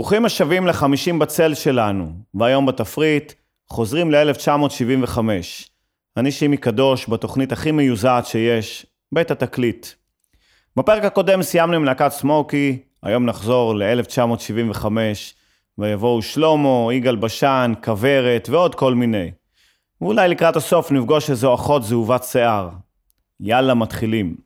ברוכים השבים ל50 בצל שלנו, והיום בתפריט חוזרים ל-1975. אני שימי קדוש בתוכנית הכי מיוזעת שיש, בית התקליט. בפרק הקודם סיימנו עם להקת סמוקי, היום נחזור ל-1975, ויבואו שלמה, יגאל בשן, כברת ועוד כל מיני. ואולי לקראת הסוף נפגוש איזו אחות זהובת שיער. יאללה, מתחילים.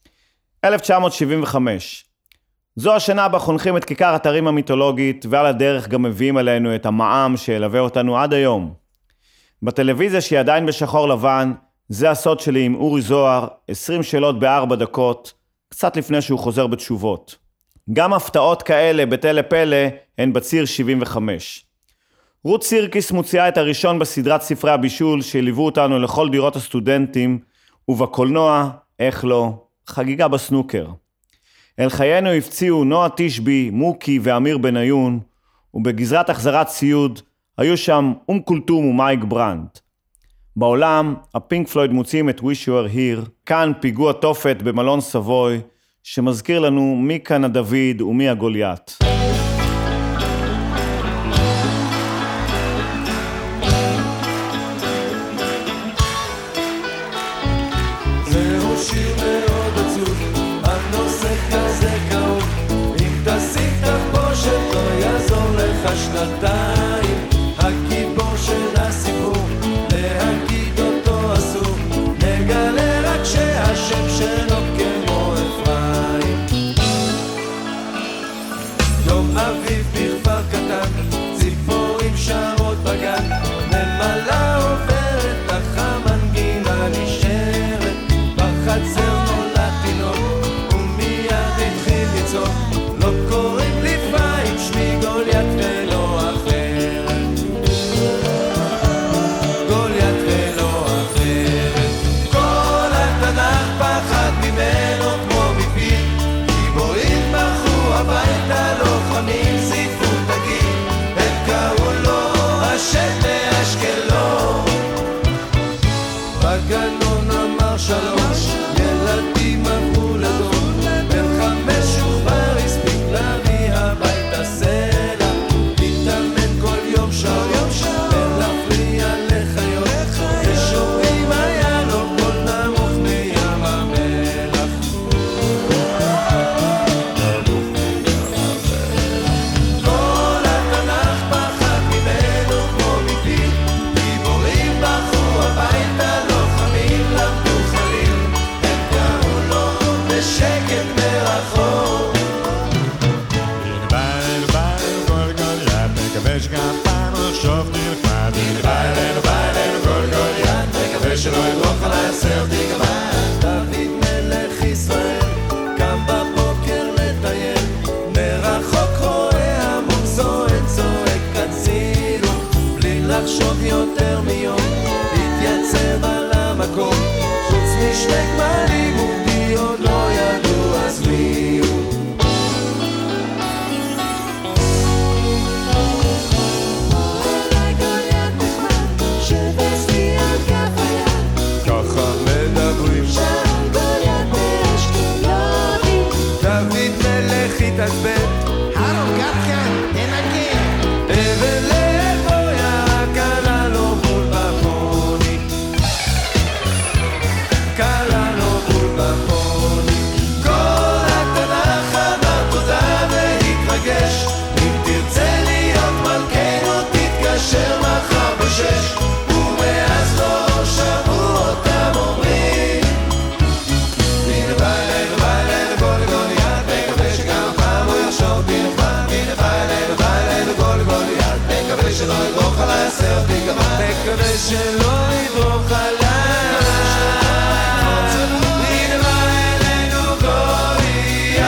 1975. זו השנה בה חונכים את כיכר אתרים המיתולוגית, ועל הדרך גם מביאים עלינו את המע"מ שילווה אותנו עד היום. בטלוויזיה שהיא עדיין בשחור לבן, זה הסוד שלי עם אורי זוהר, 20 שאלות ב4 דקות, קצת לפני שהוא חוזר בתשובות. גם הפתעות כאלה בתלה פלא הן בציר 75. רות סירקיס מוציאה את הראשון בסדרת ספרי הבישול שליוו אותנו לכל דירות הסטודנטים, ובקולנוע, איך לא, חגיגה בסנוקר. אל חיינו הפציעו נועה תשבי, מוקי ואמיר בניון, ובגזרת החזרת ציוד היו שם כולתום ומייק ברנט. בעולם, הפינק פלויד מוציאים את Wish You Were Here, כאן פיגוע תופת במלון סבוי, שמזכיר לנו מי כאן הדוד ומי הגוליית. זהו שיר מאוד עצוב, הנושא כזה כאוב, אם תשיג תחבושת לא יעזור לך שנתיים, הגיבור של הסיפור, להגיד אותו אסור, נגלה רק שהשם שלו כמו אפרים. יום אביב בכפר קטן, ציפורים שרות בגן, נמלה עוברת, אך המנגינה נשארת, בחצר נולד תינוק, ומיד התחיל לצעוק, לא קוראים לי פיים, שמי גוליית ולא אחרת, גוליית ולא אחרת. כל התנ"ך פחד ממנו כמו מפיל, גיבורים ברחו הביתה, לוחמים זיפו תגיד, הם קראו לו השם מאשקלון. בגנון אמר שלום, ילדים עברו לדון, בן 5 כבר הספיק להביא הביתה סלע, להתאמן כל יום שעות, ולהפריע לחיות, ושומעים היה לו קול נמוך מים המלח. כל התנ"ך פחד ממנו כמו מפיל, גיבורים ברחו הביתה, לוחמים למדו חליל, הם קראו לו בשקט מרחוק. הנה בא אלינו כל גוליית, מקווה שגם פעם נחשוב נלמד. הנה בא אלינו כל גוליית, מקווה שלא ידרוך עליי הסרט יגמד. דוד מלך ישראל קם בבוקר לטייל, מרחוק רואה המון זועק צועק הצילו, בלי לחשוב יותר מיום התייצב על המקום, חוץ משני גמלים ומי עוד לא ידעו אז מי הוא. ככה מדברים, דוד מלך התעצבן, אבל לאיפה ירה קלה לו בול בפוני, קלה לו בול בפוני. כל התנ"ך אמר תודה והתרגש, אם תרצה להיות מלכנו תתקשר מחר ב6, ומאז לא שמעו אותם אומרים. הנה בא אלינו כל גוליית, מקווה שגם הפעם הוא יחשוב בי נחמד. הנה בא אלינו כל גוליית, מקווה שלא ידרוך עליי הסרט יגמד, מקווה שלא ידרוך עליי. הנה בא אלינו גוליית.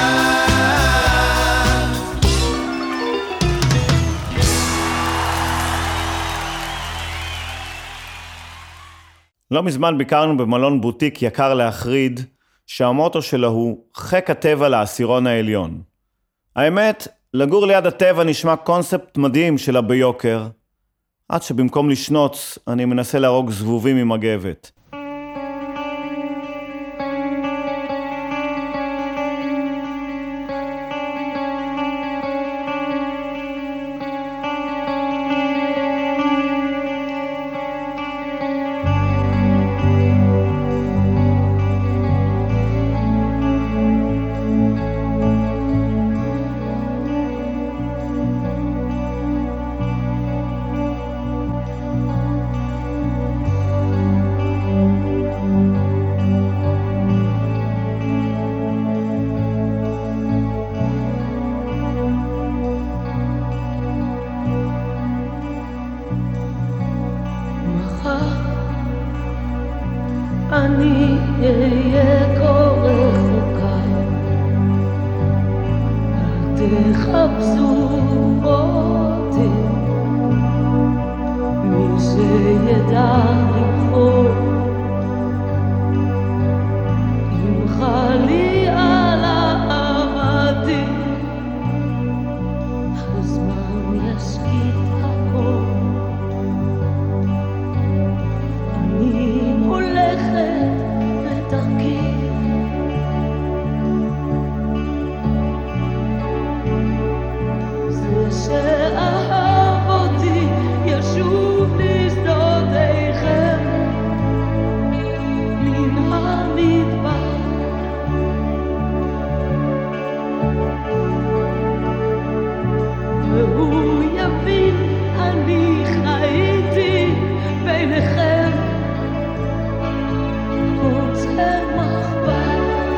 לא מזמן ביקרנו במלון בוטיק יקר להחריד, שהמוטו שלו הוא חק הטבע לעשירון העליון. האמת, לגור ליד הטבע נשמע קונספט מדהים שלה ביוקר, עד שבמקום לשנוץ אני מנסה להרוג זבובים עם מגבת. אני אהיה כה רחוקה, אל תחפשו אותי, מי שידע לבחור, אם חלי על אהבתי, הזמן ישקיט הכל. אני הולכת לדרכי, זה שאהב אותי ישוב לשדותיכם מן המדבר, והוא יבין אני חייתי ביניכם רוצה מחבר.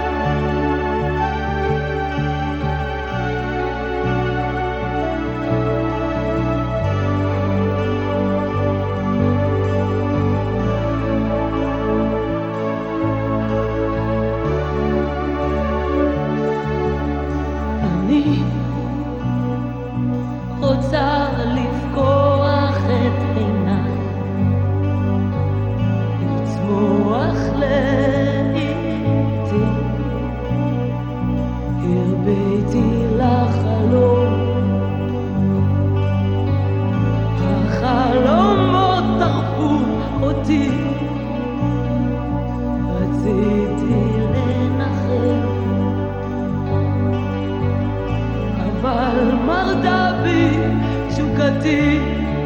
אני רוצה לפקוח את עיניי, לצמוח לאיתי, הרביתי לחלום, החלומות טרפו אותי, רציתי לנחם, אבל מרדה בי תשוקתי,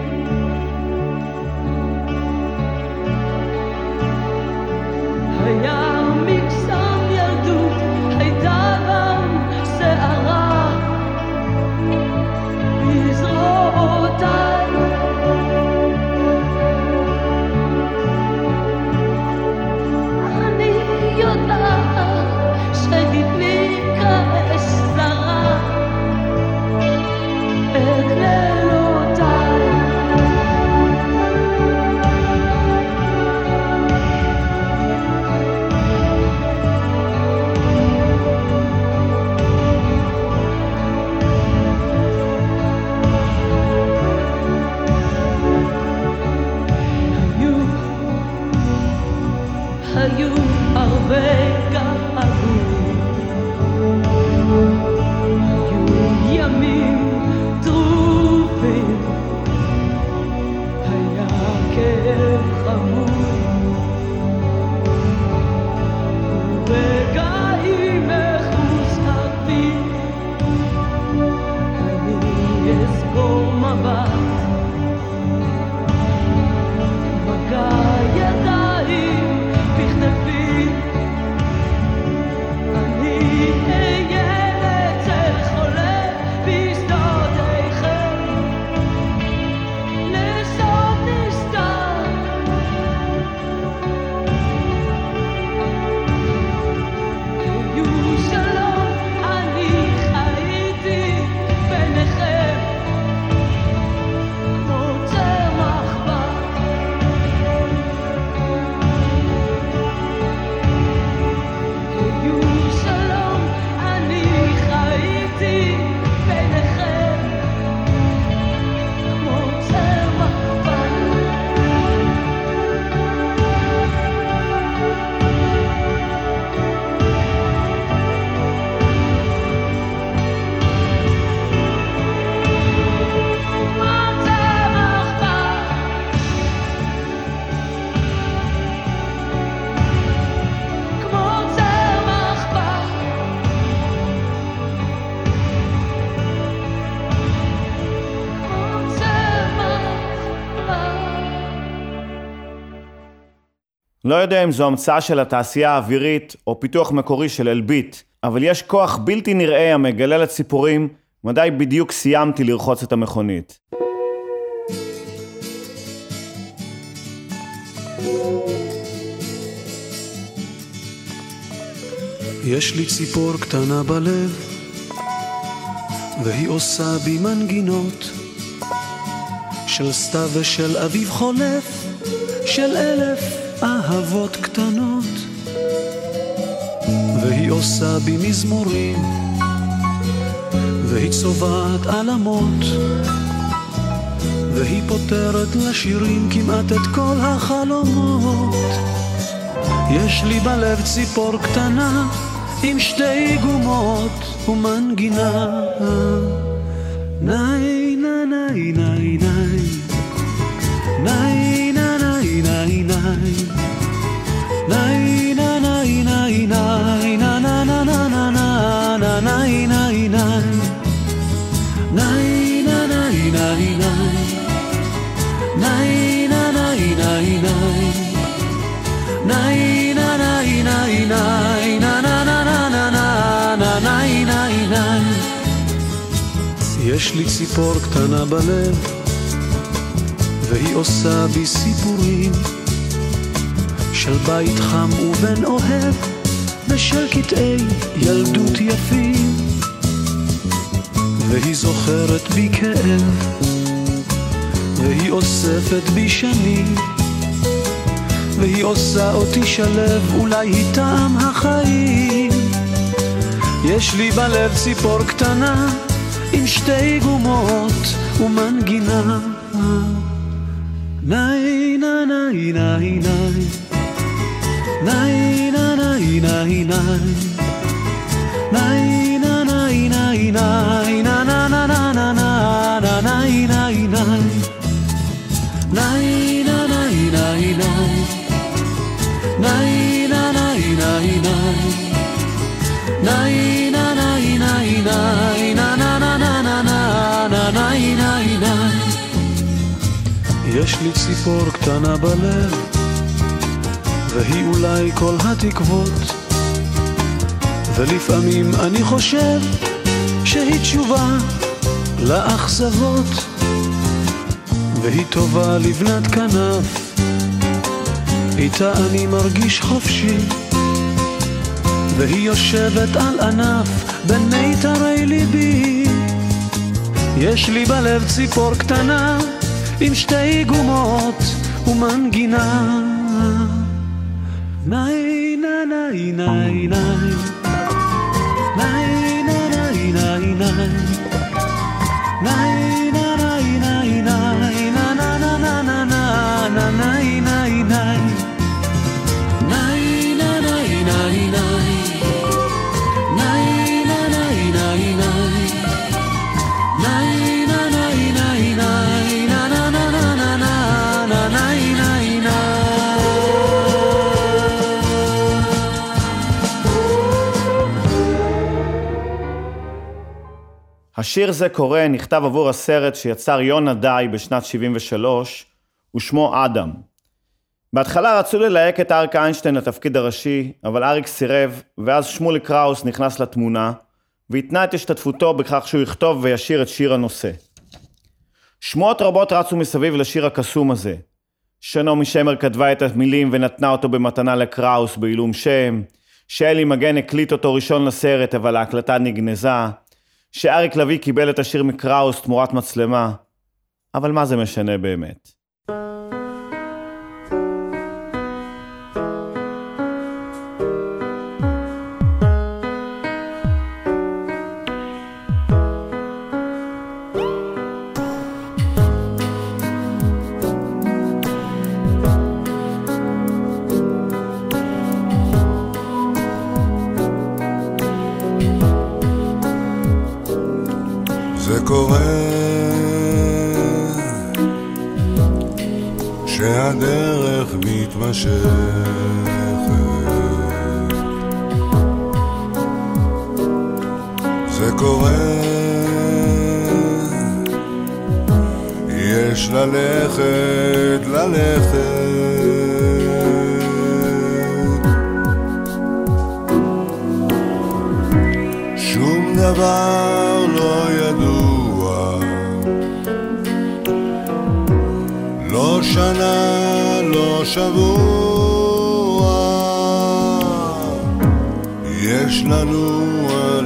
היה מקסם ילדות, הייתה גם שערה בזרועותיי, אני יודעת שהדליקה אש זרה את לילותיי. היו הרבה געגועים, היו ימים טרופים, היה כאב חמור, רגעים מחושבים, אני אזכור מבט, מגע ידיים בכתפי, אני אהיה לצל חולה בשדותיכם, לסוד נסתר, היו שלום, אני חייתי ביניכם כמו צמח בר, היו שלום, אני חייתי ביניכם כמו צמח בר. לא יודע אם זו המצאה של התעשייה האווירית או פיתוח מקורי של אלביט, אבל יש כוח בלתי נראה המגלה לציפורים מדי בדיוק סיימתי לרחוץ את המכונית. יש לי ציפור קטנה בלב, והיא עושה בי מנגינות של סתיו ושל אביב חולף, של 1000 אהבות קטנות, והיא עושה בי מזמורים, והיא צובעת עלמות, והיא פותרת לשירים כמעט את כל החלומות. יש לי בלב ציפור קטנה עם 2 גומות ומנגינה. ניי ניי ניי ניי ניי ניי ניי ניי ניי ניי ניי יש לי ציפור קטנה בלב, והיא עושה בי סיפורים של בית חם ובן אוהב, ושל קטעי ילדות יפים, והיא זוכרת בי כאב, והיא אוספת בי שנים, והיא עושה אותי שלב, אולי היא טעם החיים. יש לי בלב ציפור קטנה עם 2 גומות ומנגינה. ניי ניי ניי ניי ניי ניי ניי ניי ניי ניי ניי יש לי ציפור קטנה בלב, והיא אולי כל התקוות, ולפעמים אני חושב שהיא תשובה לאכזבות, והיא טובה לבנת כנף, איתה אני מרגיש חופשי, והיא יושבת על ענף בין מיתרי ליבי. יש לי בלב ציפור קטנה עם 2 גומות ומנגינה. ניי ניי ניי ניי ניי ניי ניי ניי ניי השיר זה קורא נכתב עבור הסרט שיצר יונה די בשנת 73, ושמו אדם. בהתחלה רצו ללהק את אריק איינשטיין לתפקיד הראשי, אבל אריק סירב, ואז שמולי קראוס נכנס לתמונה, והתנה את השתתפותו בכך שהוא יכתוב וישיר את שיר הנושא. שמועות רבות רצו מסביב לשיר הקסום הזה. שנעמי שמר כתבה את המילים ונתנה אותו במתנה לקראוס בעילום שם, שאלי מגן הקליט אותו ראשון לסרט אבל ההקלטה נגנזה, שאריק לוי קיבל את השיר מקראוס תמורת מצלמה, אבל מה זה משנה באמת? זה קורה שהדרך מתמשכת, זה קורה יש ללכת שום דבר לא ידוע, לא שנה, לא שבוע, יש לנוע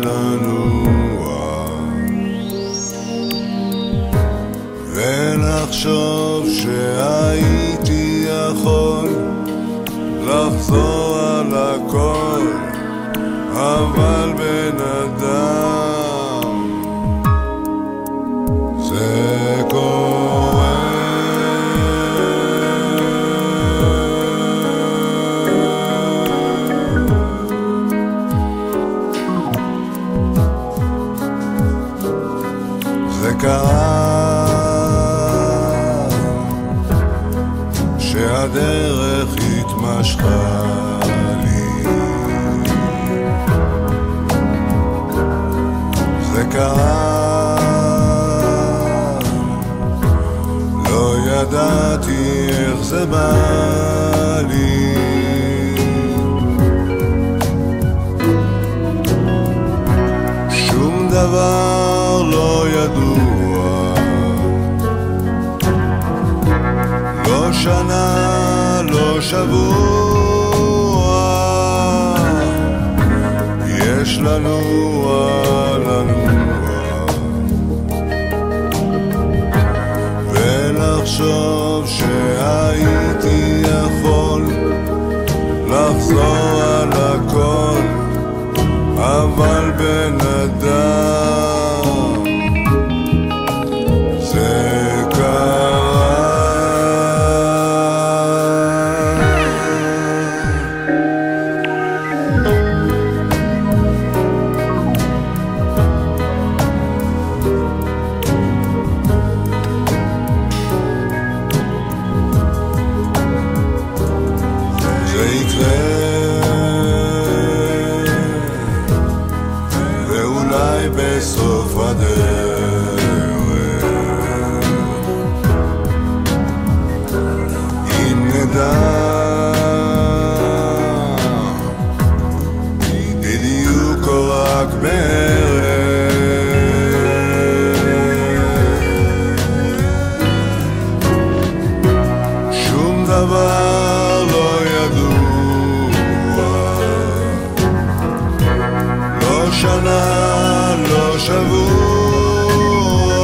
ונחשוב שהייתי שהדרך התמשכה לי. זה קרה, לא ידעתי איך זה בא לי. שום דבר לא ידוע, לא שנה, לא שבוע, יש לנוע, לנוע, ולחשוב שהייתי יכול לחזור על הכל, אבל בן אדם זה קרה. זה יקרה, ואולי בסוף הדרך, אם נדע בדיוק או רק בערך, שום דבר לא ידוע, לא שנה, לא שבוע,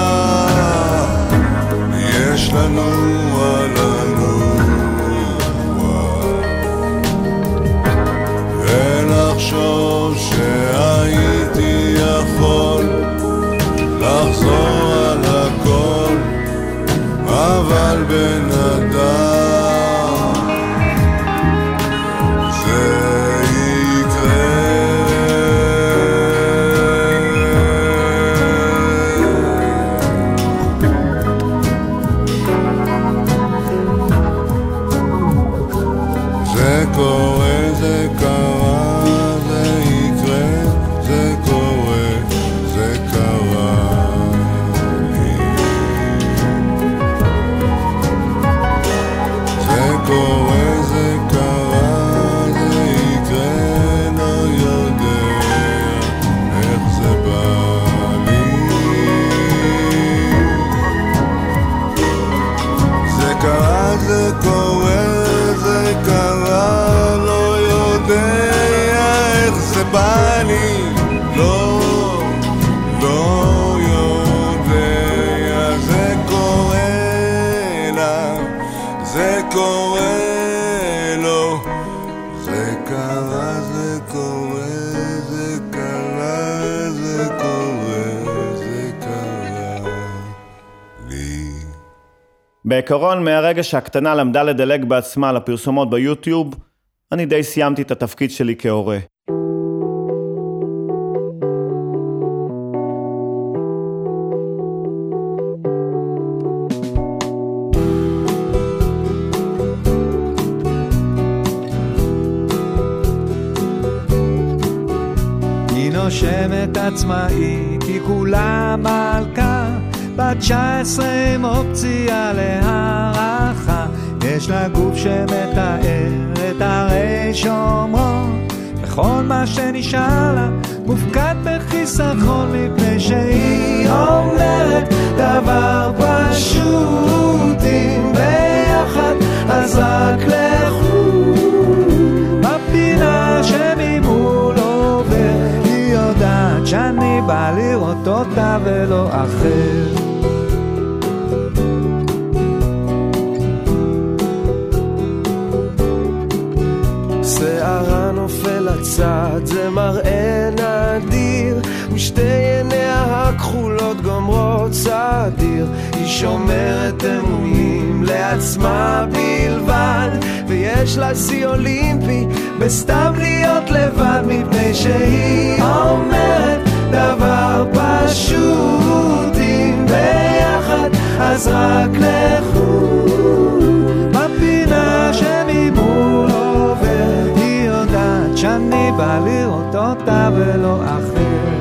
יש לנוע, לנוע, ולחשוב שהייתי יכול לחזור על הכל, אבל בן אדם זה יקרה. זה קורה, זה קרה, זה יקרה, זה קורה, זה קרה לי. זה קורה, זה קרה, זה יקרה, לא יודע איך זה בא לי. זה קרה, זה קורה, זה קרה, לא יודע איך זה בא לי. לא, לא יודע, זה קורה לה, זה קורה לו. זה קרה, זה קורה, זה קרה, זה קורה, זה קרה לי. בעיקרון, מהרגע שהקטנה למדה לדלג בעצמה לפרסומות ביוטיוב, אני די סיימתי את התפקיד שלי כהורה. היא נושמת עצמאית, היא כולה מלכה, בת 19 עם אופציה להערכה. יש לה גוף שמתאר את הרי שומרון, וכל מה שנשאר לה מופקד בחיסכון, מפני שהיא אומרת דבר פשוט: אם ביחד אז רק לכו. בפינה שממול עובר היא יודעת שאני בא לראות אותה ולא אחר. שערה נופל לצד, זה מראה נדיר, משתי עיניה הכחולות גומרות סדיר. היא שומרת אמונים לעצמה בלבד, ויש לה שיא אולימפי בסתם להיות לבד, מפני שהיא אומרת דבר פשוט: אם ביחד אז רק לכו. שאני בא לראות אותה ולא אחר.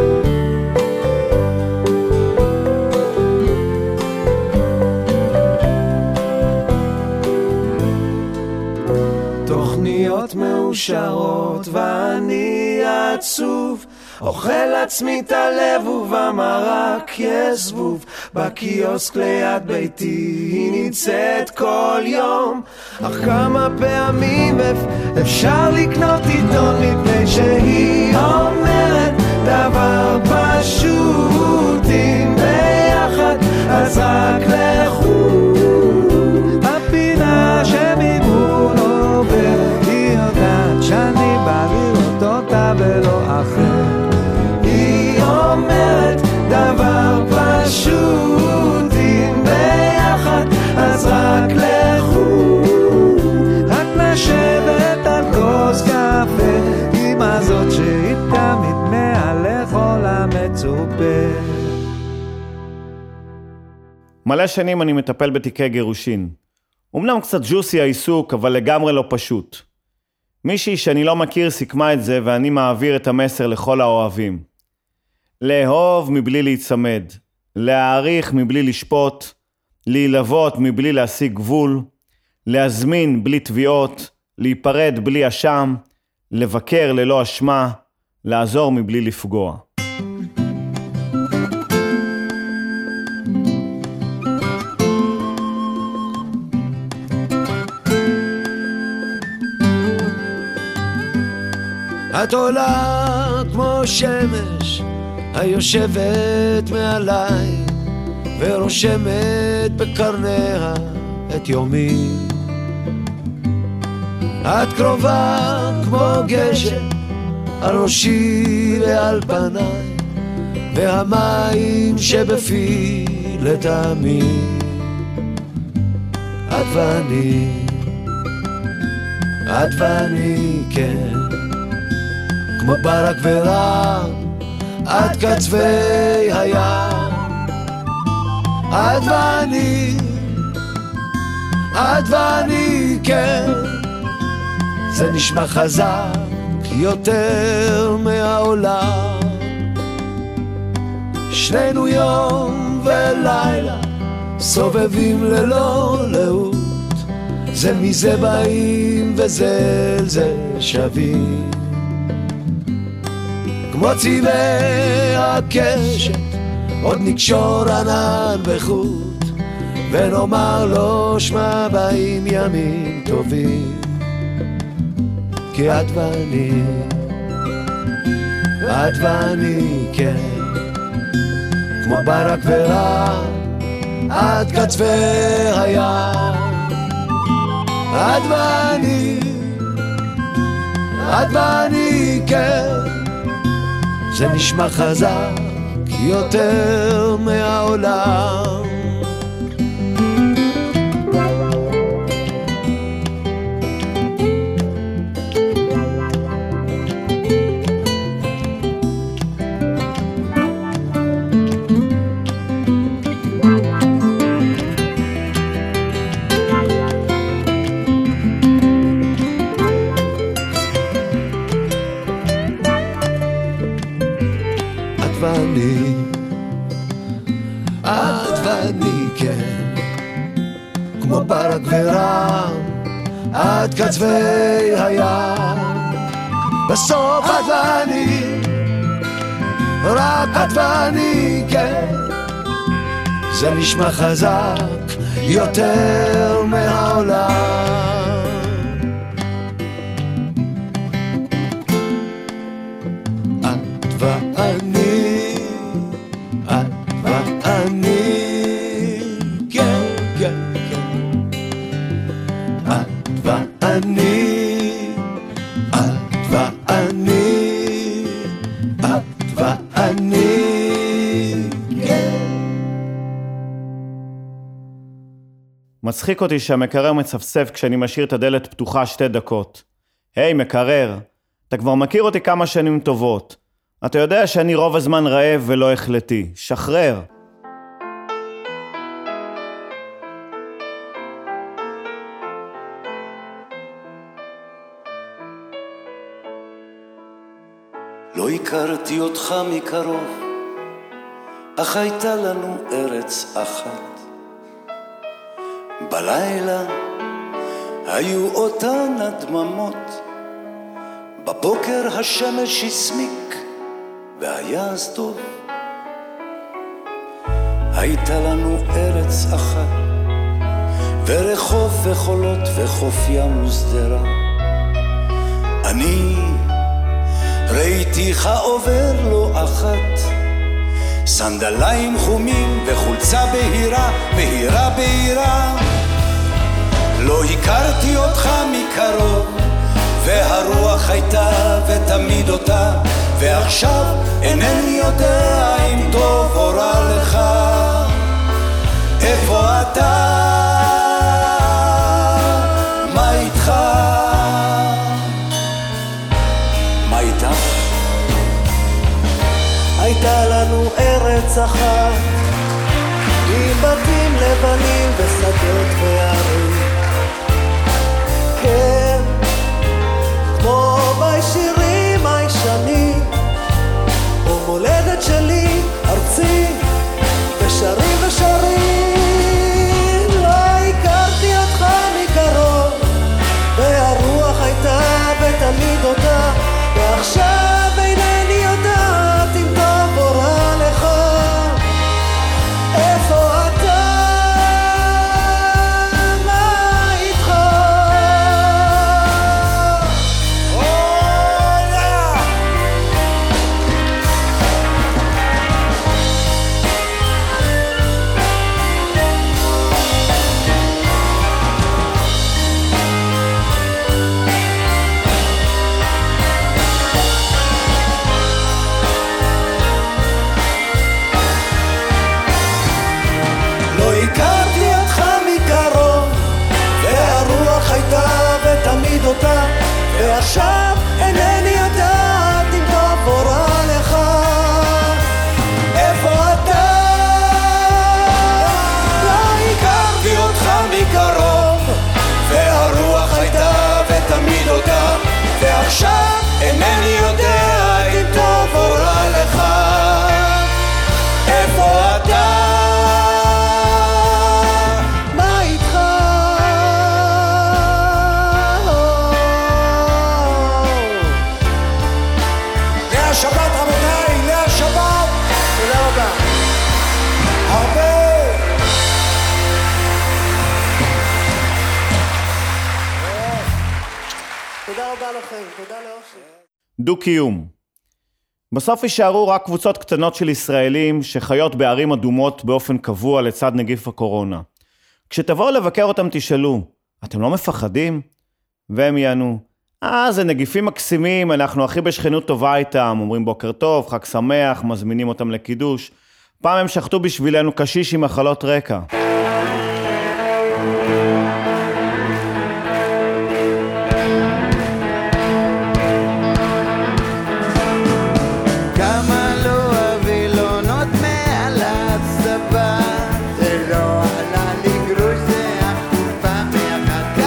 תוכניות מאושרות ואני עצוב, אוכל עצמי את הלב ובמרק יש זבוב. בקיוסק ליד ביתי היא נמצאת כל יום, אך כמה פעמים אפשר לקנות עיתון, מפני שהיא אומרת דבר פשוט, אם ביחד אז רק לכו. בפינה שממול עובר היא יודעת שאני בא לראות אותה ולא אחר. היא אומרת דבר פשוט, אם ביחד אז רק לכו. רק לשבת על כוס קפה עם הזאת שהיא תמיד מעליך עולם מצופה. מלא שנים אני מטפל בתיקי גירושין. אמנם קצת ג'וסי העיסוק, אבל לגמרי לא פשוט. מישהי שאני לא מכיר סיכמה את זה, ואני מעביר את המסר לכל האוהבים. לאהוב מבלי להיצמד, להעריך מבלי לשפוט, להילוות מבלי להשיג גבול, להזמין בלי תביעות, להיפרד בלי אשם, לבקר ללא אשמה, לעזור מבלי לפגוע. את עולה כמו שמש היושבת מעליי ורושמת בקרניה את יומי. את קרובה כמו גשם על ראשי ועל פניי, והמים שבפי לתמיד. את ואני כן, כמו ברק ורעם עד קצווי הים. את ואני כן, זה נשמע חזק יותר מהעולם. שנינו יום ולילה סובבים ללא לאות, זה מזה באים וזה לזה שווים. כמו צבעי הקשת עוד נקשור ענן בחוט, ונאמר לו שמע באים ימים טובים. כי את ואני כן, כמו ברק ורעם עד קצווי הים. את ואני כן, זה נשמע חזק יותר מהעולם. את ואני כן, כמו ברק ורעם עד קצווי הים. בסוף את ואני, רק את ואני כן, זה נשמע חזק יותר מהעולם. מצחיק אותי שהמקרר מצפצף כשאני משאיר את הדלת פתוחה 2 דקות. היי, מקרר, אתה כבר מכיר אותי כמה שנים טובות. אתה יודע שאני רוב הזמן רעב ולא החלטי. שחרר. לא הכרתי אותך מקרוב, אך הייתה לנו ארץ אחת. בלילה היו אותן הדממות, בבוקר השמש הסמיק והיה אז טוב. הייתה לנו ארץ אחת, ורחוב וחולות וחוף ים ושדרה. אני ראיתיך עובר לא אחת, סנדליים חומים וחולצה בהירה, בהירה בהירה. לא הכרתי אותך מקרוב, והרוח הייתה ותמיד אותה, ועכשיו אינני יודע אם טוב או רע לך. איפה אתה? מה איתך? מה איתך? הייתה לנו ארץ אחת, עם בתים לבנים ושדות וערים. כן, כמו בשירים הישנים, ומולדת שלי, ארצי, ושרים ושרים. לא הכרתי אותך מקרוב, והרוח הייתה ותמיד אותה, ועכשיו אינני יודעת אם טוב או רע לך. איפה אתה? מה איתך? לא הכרתי אותך מקרוב, והרוח הייתה ותמיד אותה, ועכשיו אינני יודעת אם טוב או רע לך. איפה אתה? לא הכרתי אותך מקרוב, והרוח הייתה ותמיד אותה, ועכשיו אינני יודע אם טוב או רע לך. איפה אתה? מה איתך? לאה שבת רבותיי, לאה שבת. תודה רבה. הרבה. תודה רבה לכם, תודה לאושר. דו-קיום. בסוף יישארו רק קבוצות קטנות של ישראלים שחיות בערים אדומות באופן קבוע לצד נגיף הקורונה. כשתבואו לבקר אותם תשאלו, אתם לא מפחדים? והם יענו, זה נגיפים מקסימים, אנחנו הכי בשכנות טובה איתם, אומרים בוקר טוב, חג שמח, מזמינים אותם לקידוש. פעם הם שחטו בשבילנו קשיש עם מחלות רקע. כמה לא הווילונות מעל הצבא, זה לא עלה לי גרוש, זה החופה מאחת.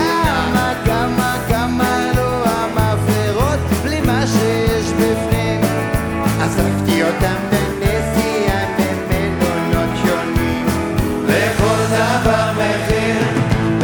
כמה לא המפרות בלי מה שיש בפנים, אספתי אותם בנסיעה ממלונות שונים, וכל דבר מחיר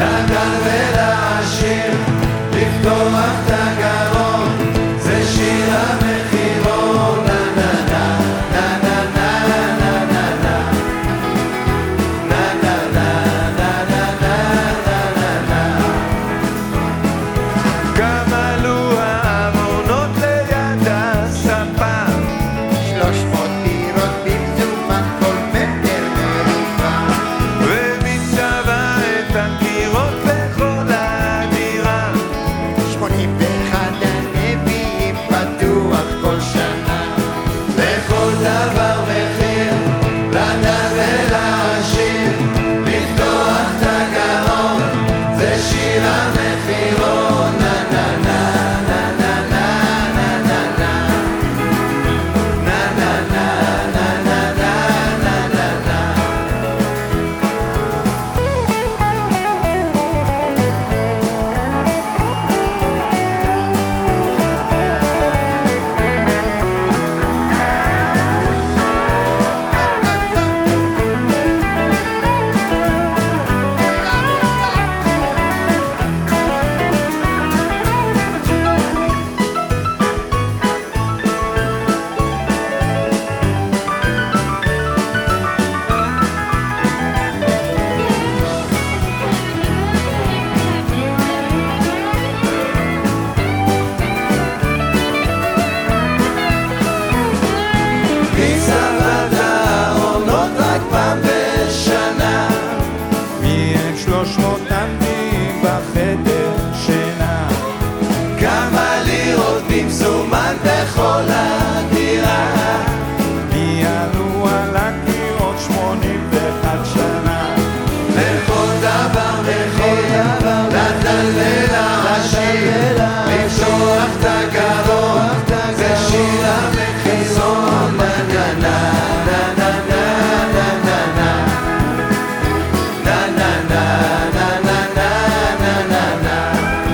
בחדר שינה. כמה לירות במזומן בכל הדירה, מי עלו על הקירות 81 שנה. לכל דבר מחיר, נתן ולעשיר, לפתוח את הגרון, זה שיר המחירון. נה נה נה נה נה נה נה נה נה נה נה נה נה נה נה.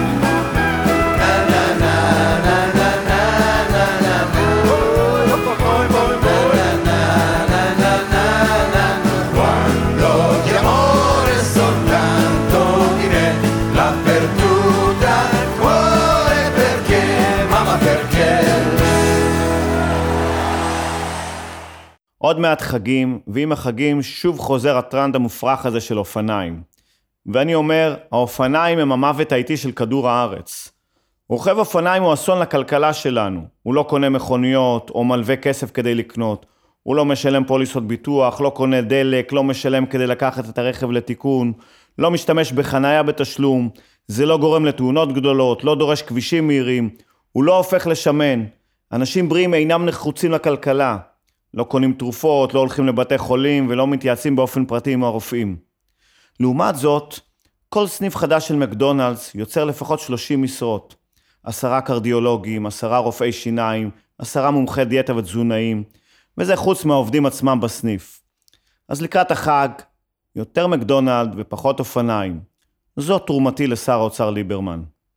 עוד מעט חגים, ועם החגים שוב חוזר הטרנד המופרח הזה של אופניים. ואני אומר, האופניים הם המוות האיטי של כדור הארץ. רוכב אופניים הוא אסון לכלכלה שלנו. הוא לא קונה מכוניות או מלווה כסף כדי לקנות. הוא לא משלם פוליסות ביטוח, לא קונה דלק, לא משלם כדי לקחת את הרכב לתיקון, לא משתמש בחנייה בתשלום, זה לא גורם לתאונות גדולות, לא דורש כבישים מהירים, הוא לא הופך לשמן. אנשים בריאים אינם נחוצים לכלכלה. לא קונים תרופות, לא הולכים לבתי חולים ולא מתייעצים באופן פרטי עם הרופאים. לעומת זאת, כל סניף חדש של מקדונלדס יוצר לפחות 30 משרות. 10 קרדיולוגים, 10 רופאי שיניים, 10 מומחי דיאטה ותזונאים, וזה חוץ מהעובדים עצמם בסניף. אז לקראת החג, יותר מקדונלד ופחות אופניים. זאת תרומתי לשר האוצר ליברמן.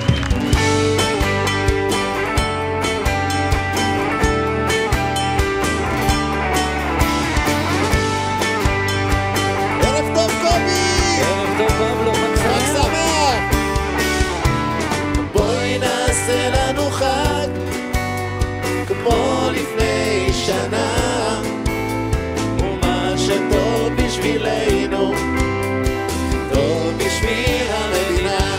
בשבילנו, טוב בשביל המדינה.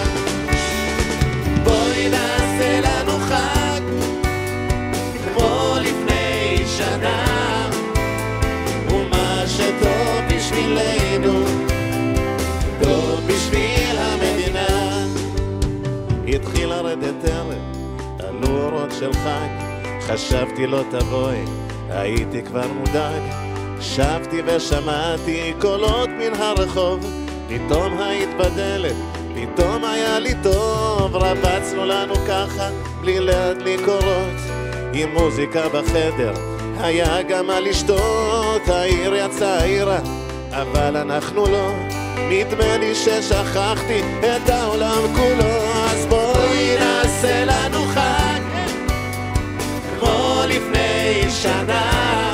בואי נעשה לנו חג כמו לפני שנה, ומה שטוב בשבילנו, טוב בשביל המדינה. התחיל לרדת ערב, עלו אורות של חג, חשבתי לא תבואי, הייתי כבר מודאג. שבתי ושמעתי קולות מן הרחוב, פתאום היית בדלת, פתאום היה לי טוב. רבצנו לנו ככה בלי להדליק אורות, עם מוזיקה בחדר, היה גם מה לשתות. העיר יצאה עירה, אבל אנחנו לא, נדמה לי ששכחתי את העולם כולו. אז בואי נעשה לנו חג כמו לפני שנה,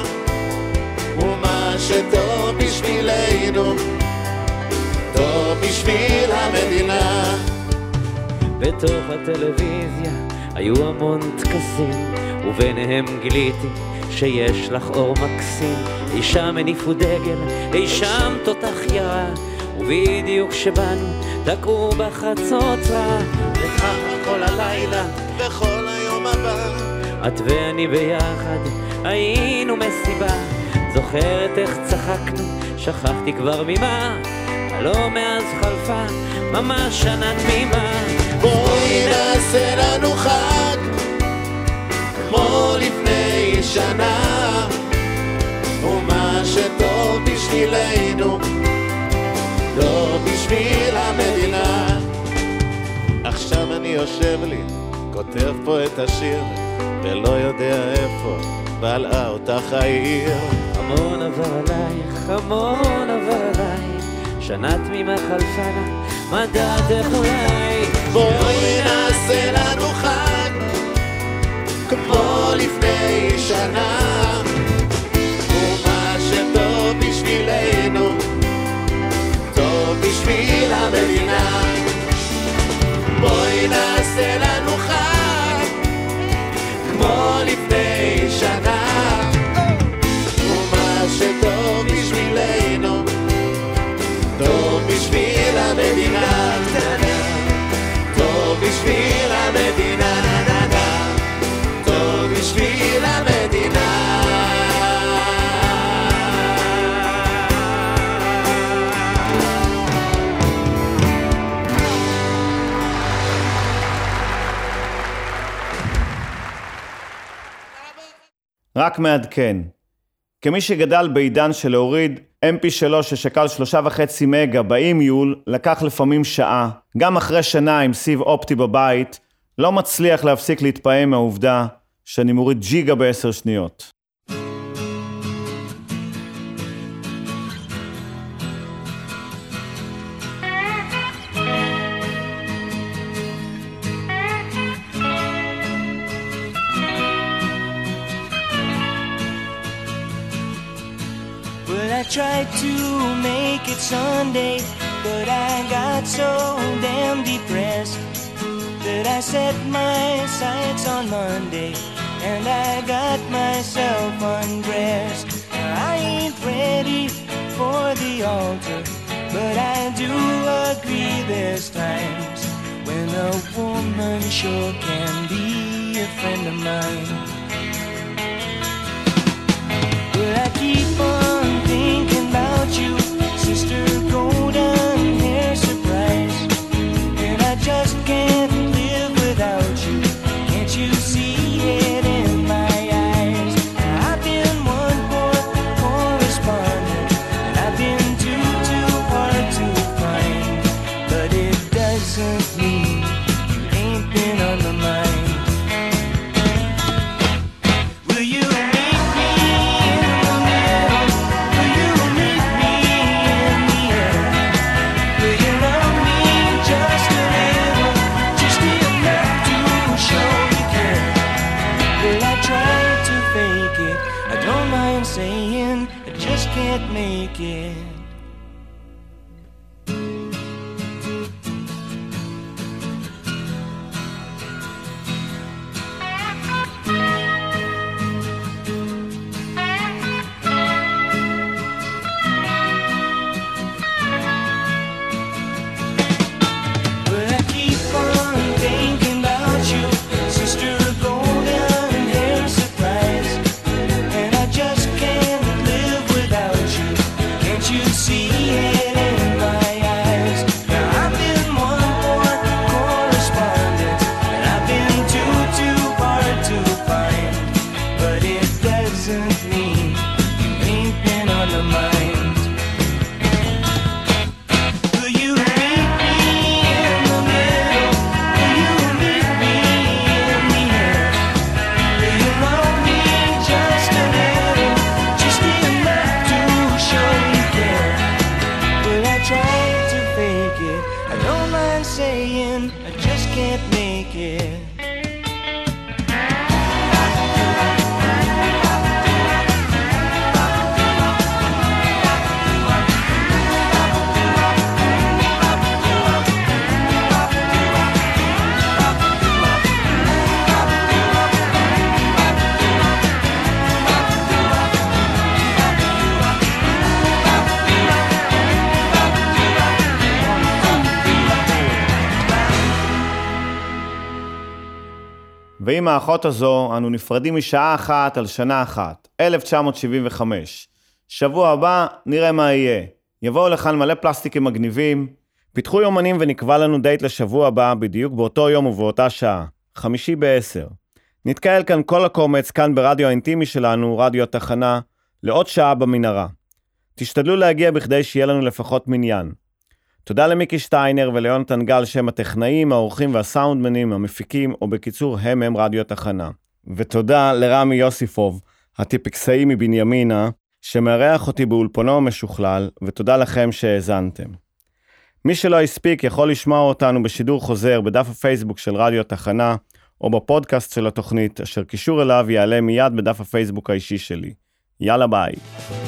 ומה שטוב בשבילנו, טוב בשביל המדינה. בתוך הטלוויזיה היו המון טקסים, וביניהם גיליתי שיש לך אור מקסים. אי שם הניפו דגל, אי שם תותח ירה, ובדיוק שבאנו תקעו בחצות רע. וככה כל הלילה וכל היום הבא, את ואני ביחד היינו מסיבה. זוכרת איך צחקנו, שכחתי כבר ממה, הלא מאז חלפה ממש שנה תמימה. בואי נעשה לנו חג כמו לפני שנה, ומה שטוב בשבילנו, טוב בשביל המדינה. עכשיו אני יושב לי, כותב פה את השיר, ולא יודע איפה בלעה אותך העיר. המון עבר עלייך, המון עבר עלייך, שנה תמימה חלפה לה, מדעת איך אולי. בואי נעשה לנו חג כמו לפני שנה, ומה שטוב בשבילנו, טוב בשביל המדינה. בואי נעשה לנו חג כמו לפני שנה, ומה שטוב בשבילנו, טוב בשביל המדינה. טוב בשביל המדינה, טוב בשביל המדינה. רק מעדכן. כמי שגדל בעידן של להוריד MP3 ששקל 3.5 מגה באימיול, לקח לפעמים שעה. גם אחרי שנה עם סיב אופטי בבית, לא מצליח להפסיק להתפעם מהעובדה שאני מוריד ג'יגה ב10 שניות. I tried to make it Sunday, but I got so damn depressed that I set my sights on Monday and I got myself undressed. I ain't ready for the altar, but I do agree there's times when a woman sure can be a friend of mine. But I keep on thinking about you, sister golden hair surprise, and I just can't live without you. Can't you see it in my eyes? I've been one poor correspondent, and I've been too hard to find, but it doesn't mean you ain't been on my mind. Will you meet me in the middle? Will you meet me in the air? Will you love me just a little, just enough to show you care? Will I try to fake it? I don't mind saying I just can't make it. But I keep on thinking about you, sister golden hair surprise, and I just can't live without you. Can't you see it in my eyes? Now I've been one poor correspondent, and I've been too hard to find, but it doesn't mean you ain't been on the mind. Will you meet me in the middle? Will you meet me in the air? Will you love me just a little, just enough to show you care? Will I try to fake it? I don't mind saying I just can't make it. ועם האחות הזו אנו נפרדים משעה אחת על שנה אחת, 1975. שבוע הבא נראה מה יהיה. יבואו לכאן מלא פלסטיקים מגניבים, פיתחו יומנים ונקבע לנו דייט לשבוע הבא בדיוק באותו יום ובאותה שעה, 5:50. נתקהל כאן כל הקומץ כאן ברדיו האינטימי שלנו, רדיו התחנה, לעוד שעה במנהרה. תשתדלו להגיע בכדי שיהיה לנו לפחות מניין. תודה למיקי שטיינר וליונתן גל שם הטכנאים, האורחים והסאונדמנים, המפיקים, או בקיצור הם רדיו התחנה. ותודה לרמי יוסיפוב, הטיפקסאי מבנימינה, שמארח אותי באולפנו המשוכלל, ותודה לכם שהאזנתם. מי שלא הספיק יכול לשמוע אותנו בשידור חוזר בדף הפייסבוק של רדיו התחנה, או בפודקאסט של התוכנית, אשר קישור אליו יעלה מיד בדף הפייסבוק האישי שלי. יאללה ביי.